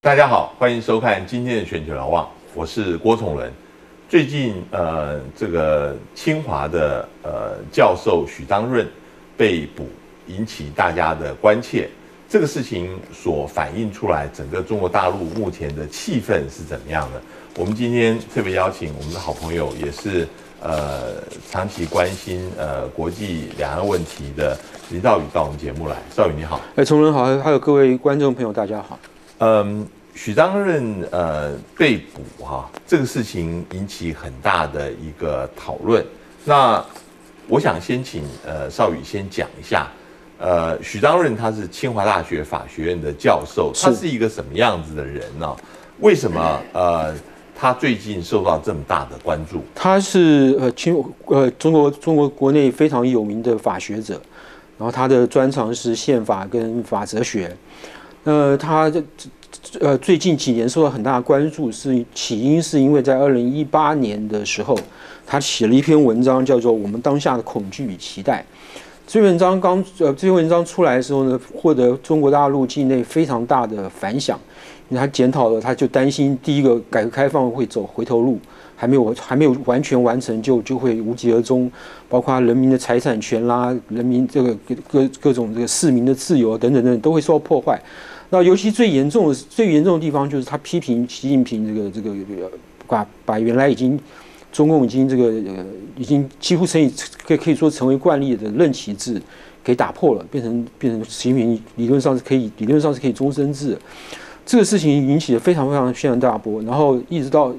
大家好，欢迎收看今天的全球瞭望，我是郭崇伦。最近这个清华的教授许章润被捕，引起大家的关切。这个事情所反映出来，整个中国大陆目前的气氛是怎么样的？我们今天特别邀请我们的好朋友，也是长期关心国际两岸问题的林兆宇到我们节目来。兆宇你好。 崇伦好，还有各位观众朋友大家好。 许章润被捕这个事情引起很大的一个讨论。那我想先请邵宇先讲一下，许章润他是清华大学法学院的教授，他是一个什么样子的人呢？为什么他最近受到这么大的关注？ 他是中国国内非常有名的法学者，然后他的专长是宪法跟法哲学。他最近几年受到很大的关注，起因是因为在2018年的时候，他写了一篇文章，叫做《我们当下的恐惧与期待》。这篇文章出来的时候呢，获得中国大陆境内非常大的反响。因为他检讨了，他就担心第一个改革开放会走回头路，还没有完全完成就会无疾而终，包括人民的财产权啦，人民这个各种这个市民的自由等等都会受到破坏。那尤其最严重的地方就是他批评习近平这个把原来中共已经几乎可以说成为惯例的任期制给打破了，变成习近平理论上是可以终身制。这个事情引起了非常轩然大波，然后一直到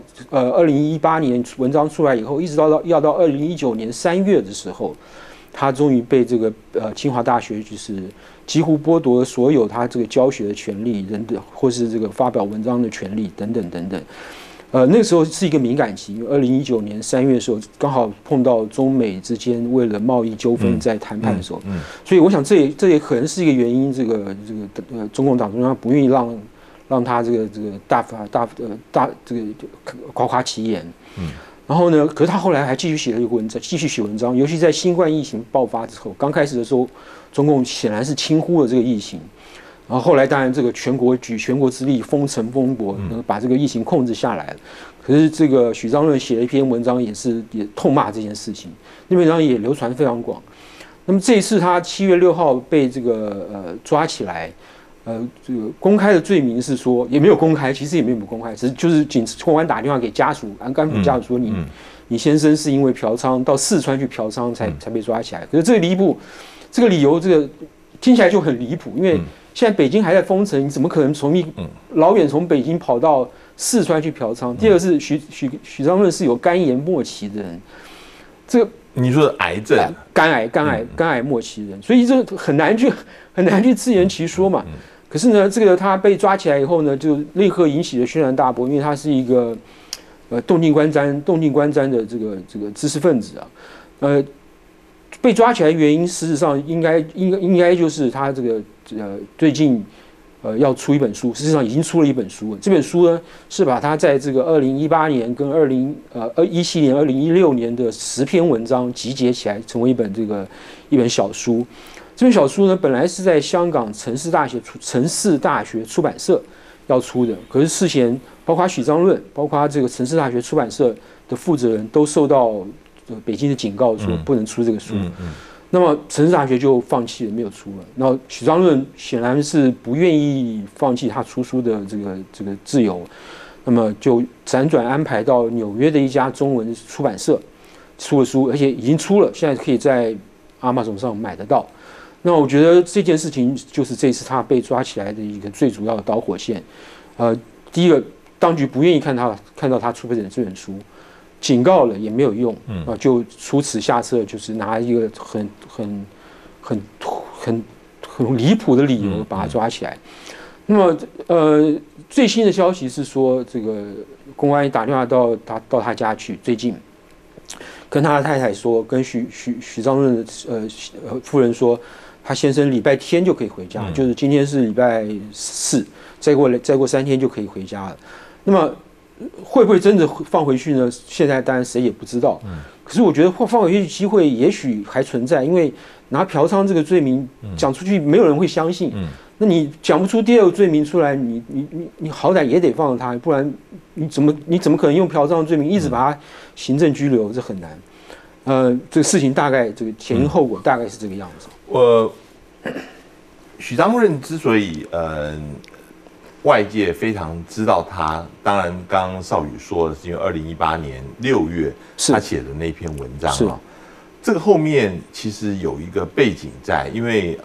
2018年文章出来以后，一直到2019年3月的时候，他终于被这个清华大学就是几乎剥夺了所有他这个教学的权利，或是这个发表文章的权利等等。那个时候是一个敏感期，因为2019年3月的时候刚好碰到中美之间为了贸易纠纷在谈判的时候，所以我想这也可能是一个原因，这个中共党中央不愿意让他这个这个夸夸其言。然后呢，可是他后来还继续写了一个文章，继续写文章，尤其在新冠疫情爆发之后，刚开始的时候，中共显然是轻忽了这个疫情，然后后来当然这个举全国之力封城封国，把这个疫情控制下来了。可是这个许章润写了一篇文章，也痛骂这件事情，那篇文章也流传非常广。那么这一次他7月6号被这个抓起来。这个公开的罪名是说也没有公开，其实也没有公开，只是就是公安打电话给家属，安抚家属说你先生是因为嫖娼到四川去嫖娼才被抓起来。可是这个离谱，这个理由听起来就很离谱，因为现在北京还在封城，你怎么可能老远从北京跑到四川去嫖娼？第二个是许章润是有肝炎末期的人，这个你说的癌症， 肝癌末期的人，所以这很难去自圆其说嘛。可是呢，这个他被抓起来以后呢，就立刻引起了轩然大波，因为他是一个动静观瞻的这个知识分子啊，被抓起来的原因，事实上应该就是他这个最近要出一本书，事实上已经出了一本书了。这本书呢是把他在这个2018年跟2017年、2016年的10篇文章集结起来，成为一本小书。这本小书呢，本来是在香港城市大学出版社要出的，可是事前包括许章润，包括这个城市大学出版社的负责人都受到北京的警告，说不能出这个书。那么城市大学就放弃了，没有出了。然后许章润显然是不愿意放弃他出书的这个自由，那么就辗转安排到纽约的一家中文出版社出了书，而且已经出了，现在可以在 Amazon 上买得到。那我觉得这件事情就是这次他被抓起来的一个最主要的导火线。第一个，当局不愿意看到他出这本书，警告了也没有用，就出此下策，就是拿一个很离谱的理由把他抓起来。那么最新的消息是说，这个公安打电话到他家去，最近跟他的太太说，跟许章润的夫人说，他先生礼拜天就可以回家，就是今天是礼拜4，再过3天就可以回家了。那么会不会真的放回去呢？现在当然谁也不知道。可是我觉得放回去的机会也许还存在，因为拿嫖娼这个罪名讲出去，没有人会相信。 那你讲不出第二个罪名出来，你好歹也得放了他，不然你怎么可能用嫖娼的罪名一直把他行政拘留？这很难。这个事情大概这个前因后果大概是这个样子。 许章润之所以外界非常知道他，当然刚刚少宇说的是因为2018年6月他写的那篇文章啊。这个后面其实有一个背景在，因为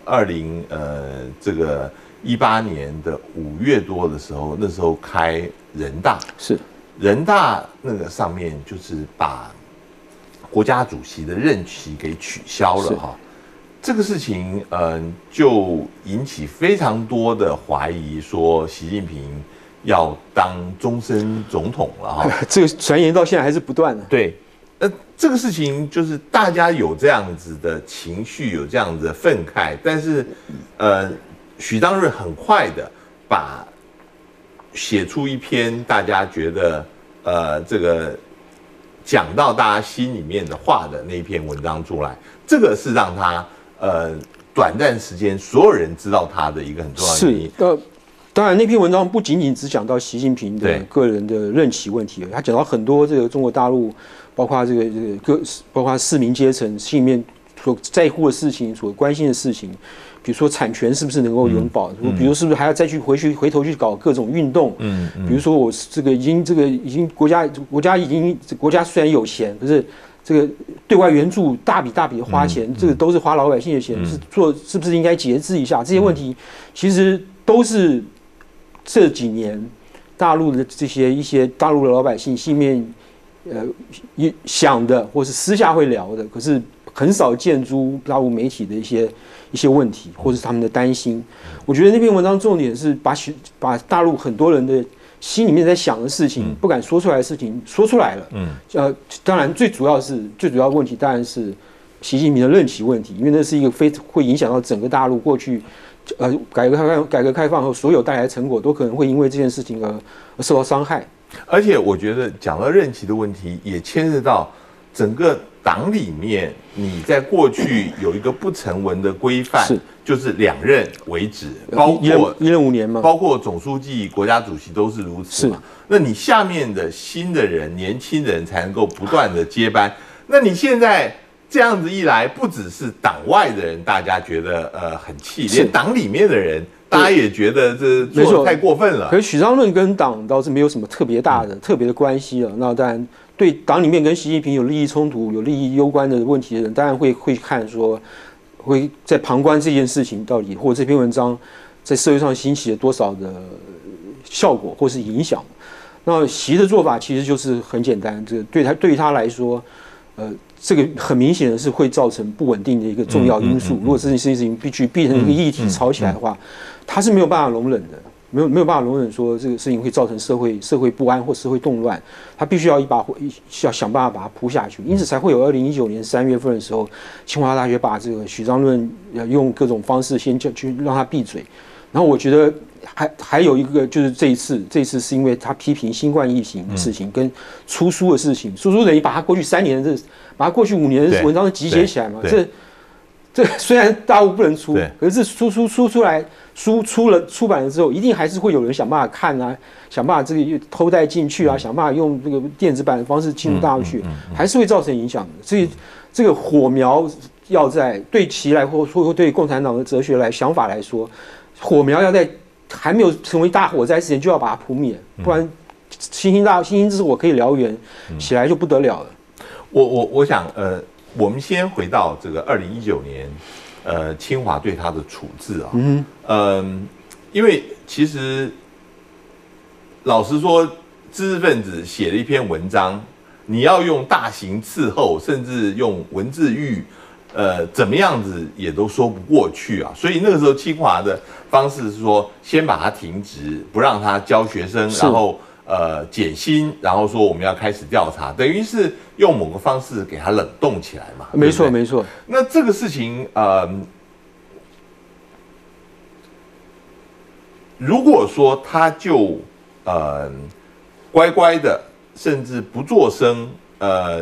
2018年的5月多的时候，那时候开人大， 是人大那个上面就是把国家主席的任期给取消了哈。这个事情就引起非常多的怀疑，说习近平要当终身总统了哈。 这个传言到现在还是不断的。 对。这个事情就是大家有这样子的情绪，有这样子的愤慨，但是，许章润很快的把写出一篇大家觉得这个讲到大家心里面的话的那一篇文章出来，这个是让他短暂时间所有人知道他的一个很重要的原因。 当然，那篇文章不仅仅只讲到习近平的个人的任期问题，他讲到很多这个中国大陆。包括包括市民阶层心里面所在乎的事情、所关心的事情，比如说产权是不是能够永保，比如是不是还要再去回头去搞各种运动，比如说我这个已经国家虽然有钱，可是这个对外援助大笔的花钱，这个都是花老百姓的钱，是不是应该节制一下？这些问题其实都是这几年大陆的一些大陆的老百姓心里面。想的或是私下会聊的，可是很少见诸大陆媒体的一些问题，或是他们的担心。我觉得那篇文章重点是把大陆很多人的心里面在想的事情，不敢说出来的事情说出来了。当然最主要的问题当然是习近平的任期问题，因为那是一个会影响到整个大陆过去改革开放后所有带来的成果都可能会因为这件事情而受到伤害。 而且我觉得讲到任期的问题，也牵涉到整个党里面，你在过去有一个不成文的规范，就是2任为止，包括 1任5年嘛， 包括总书记、国家主席都是如此嘛。那你下面的新的人、年轻人才能够不断的接班。那你现在这样子一来，不只是党外的人，大家觉得很气，连党里面的人。大家也觉得这做得太过分了。 可是许章润跟党倒是没有什么特别的关系了。那当然，对党里面跟习近平有利益冲突、有利益攸关的问题的人，当然会看说，会在旁观这件事情到底或者这篇文章在社会上兴起了多少的效果或是影响。那习的做法其实就是很简单，这个对于他来说，这个很明显的是会造成不稳定的一个重要因素。如果这件事情必须变成一个议题吵起来的话，他是没有办法容忍的，没有办法容忍说这个事情会造成社会不安或社会动乱，他必须要想办法把它扑下去，因此才会有2019年3月份的时候，清华大学把这个许章润用各种方式先去让他闭嘴。然后我觉得还有一个就是这一次是因为他批评新冠疫情的事情跟出书的事情，出书等于把他过去3年的把他过去5年的文章集结起来嘛，这虽然大陆不能出，可是书出版了之后，一定还是会有人想办法看啊，想办法这个偷带进去啊，想办法用这个电子版的方式进入大陆去，还是会造成影响的。所以这个火苗要在对其来或对共产党的哲学想法来说，火苗要在还没有成为大火灾之前就要把它扑灭，不然星星之火可以燎原，起来就不得了了。 我想我们先回到这个2019年，清华对他的处置啊，因为其实老实说，知识分子写了一篇文章，你要用大刑伺候，甚至用文字狱，怎么样子也都说不过去啊。所以那个时候清华的方式是说，先把他停职，不让他教学生，然后减薪，然后说我们要开始调查，等于是用某个方式给他冷冻起来嘛。 没错，没错。 那这个事情，如果说他就乖乖的，甚至不作声，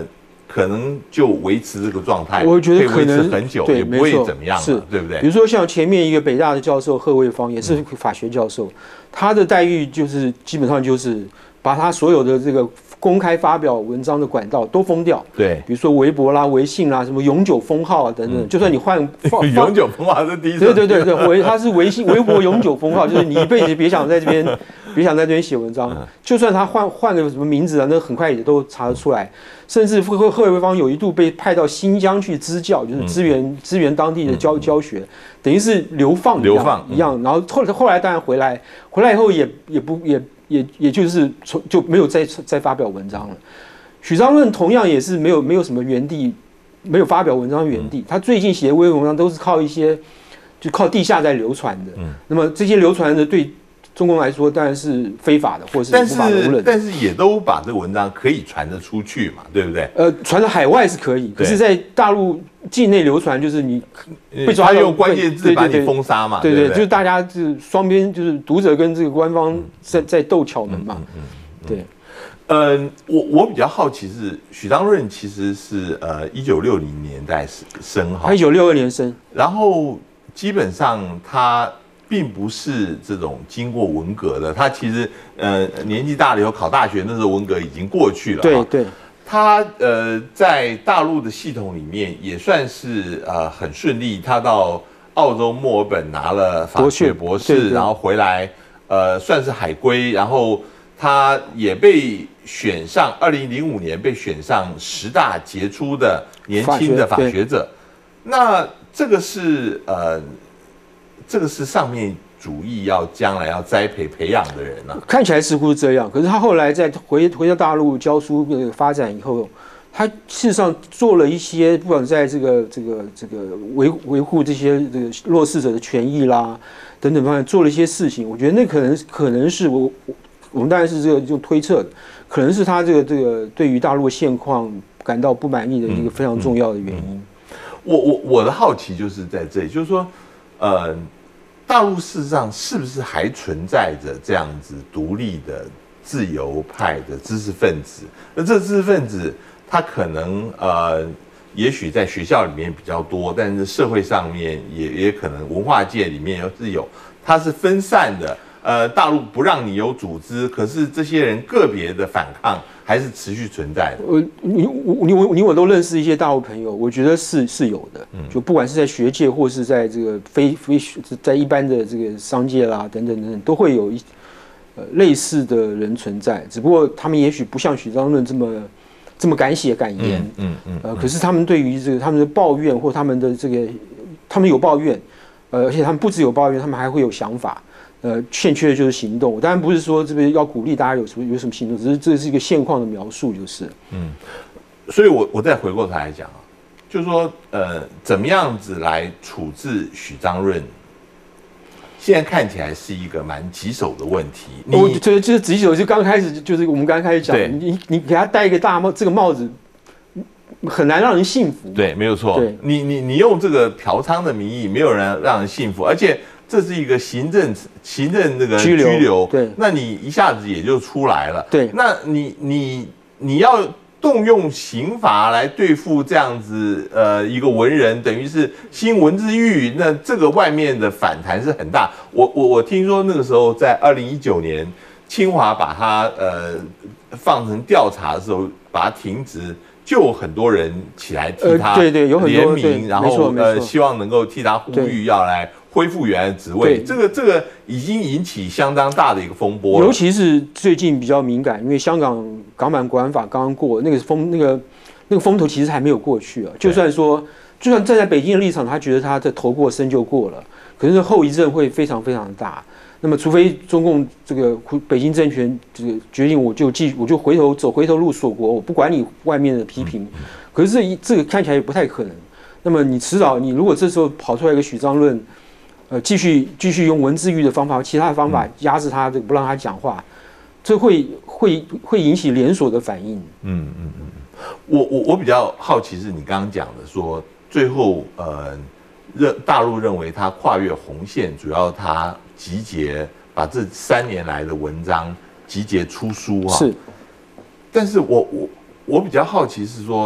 可能就维持这个状态， 我觉得可可以维能持很久， 对， 也不会怎么样是， 对不对？ 比如说像前面一个北大的教授贺卫方，也是法学教授，他的待遇就是基本上就是把他所有的这个公开发表文章的管道都封掉。 对， 比如说微博啦、微信啦、什么永久封号啊等等，就算你换永久封号是第一次。 对，他是微博永久封号，就是你一辈子别想在这边写文章，就算他换个什么名字啊，那很快也都查得出来。甚至贺卫方有一度被派到新疆去支教，就是支援当地的教学，等于是流放一样。然后后来当然回来以后也就是就没有再发表文章了。许章润同样也是没有什么原地，没有发表文章原地。他最近写的微文章都是靠靠地下在流传的。那么这些流传的对中共来说当然是非法的，或是无法容忍。 但是也都把这个文章可以传得出去嘛，对不对？ 传到海外是可以，可是在大陆境内流传，就是你被抓到， 他用关键字把你封杀嘛。 对，就是大家就是双边，就是读者跟这个官方在斗巧门嘛。对。 我比较好奇是许章润其实是1960年代生哈， 他1962年生， 然后基本上他并不是这种经过文革的，他其实年纪大了以后考大学，那时候文革已经过去了。 对， 他在大陆的系统里面也算是很顺利，他到澳洲墨尔本拿了法学博士，然后回来算是海归，然后他也被选上，2005年被选上10大杰出的年轻的法学者。那这个是上面主义将来要栽培培养的人啊， 看起来似乎是这样。可是他后来在回到大陆教书发展以后，他事实上做了一些，不管在这个维护这些这个弱势者的权益啦等等方面做了一些事情。我觉得那可能是我们当然是这种推测的，可能是他这个对于大陆现况感到不满意的一个非常重要的原因。 我的好奇就是在这里，就是说，大陆事实上是不是还存在着这样子独立的自由派的知识分子？那这知识分子他可能也许在学校里面比较多，但是社会上面也可能文化界里面是有，它是分散的。大陆不让你有组织，可是这些人个别的反抗还是持续存在的。 你我都认识一些大陆朋友，我觉得是有的。就不管是在学界或是在这个在一般的这个商界啦等等，都会有类似的人存在。只不过他们也许不像许章润这么敢写敢言。可是他们对于这个他们的抱怨或他们的这个他们有抱怨，而且他们不只有抱怨，他们还会有想法。欠缺的就是行动。当然不是说这边要鼓励大家有什么行动，只是这是一个现况的描述，就是。 所以我再回过头来讲啊，就是说怎么样子来处置许章润，现在看起来是一个蛮棘手的问题。 我觉得就是棘手，就刚开始就是我们刚开始讲，你给他戴一个大帽，这个帽子很难让人信服。 对，没有错。你用这个嫖娼的名义，没有人让人信服，而且。这是一个行政那个拘留， 对， 那你一下子也就出来了， 对， 那你要动用刑罚来对付这样子一个文人，等于是新文字狱，那这个外面的反弹是很大。我听说那个时候在2019年，清华把他放成调查的时候，把他停职。就有很多人起来替他联名，然后希望能够替他呼吁要来恢复原来的职位。这个已经引起相当大的一个风波了。 尤其是最近比较敏感，因为香港港版国安法刚刚过，那个风头其实还没有过去啊。就算站在北京的立场，他觉得他的头过身就过了，可是后遗症会非常非常大。那么，除非中共这个北京政权这个决定，我就走回头路锁国，我不管你外面的批评。可是这个看起来也不太可能。那么你迟早，你如果这时候跑出来一个许章润，继续用文字狱的方法、其他的方法压制他，不让他讲话，这会引起连锁的反应。 我比较好奇是你刚刚讲的说，最后大陆认为他跨越红线，主要他。集结把这3年来的文章集结出书啊， 是。 但是我比较好奇是说，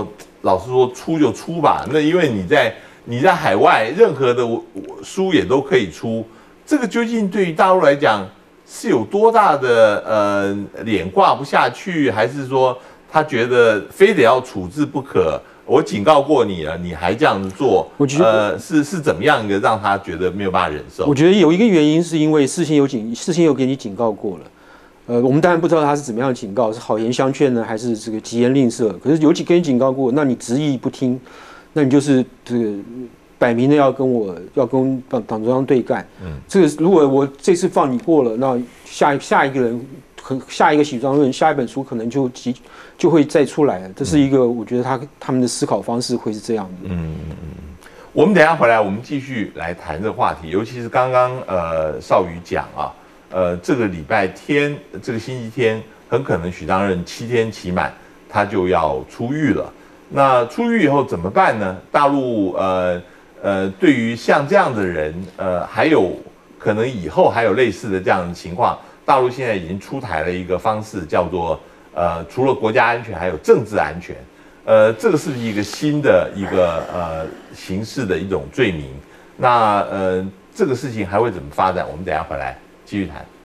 老实说，出就出吧。那因为你在海外，任何的书也都可以出。这个究竟对于大陆来讲是有多大的脸挂不下去，还是说他觉得非得要处置不可？我警告过你了，你还这样子做， 我觉得是怎么样一个让他觉得没有办法忍受？ 我觉得有一个原因是因为事先有给你警告过了。我们当然不知道他是怎么样的警告，是好言相劝呢，还是这个疾言令色？可是给你警告过，那你执意不听，那你就是这个摆明的要跟党中央对干。这个如果我这次放你过了，那下一个人下一个许章润下一本书可能就会再出来了。这是一个我觉得他们的思考方式会是这样的。 我们等一下回来，我们继续来谈这个话题，尤其是刚刚少宇讲啊。这个礼拜天，这个星期天，很可能许章润7天期满，他就要出狱了。那出狱以后怎么办呢？大陆对于像这样的人，还有可能以后还有类似的这样的情况，大陆现在已经出台了一个方式，叫做除了国家安全，还有政治安全。这个是不是一个新的一个形式的一种罪名？那这个事情还会怎么发展？我们等一下回来继续谈。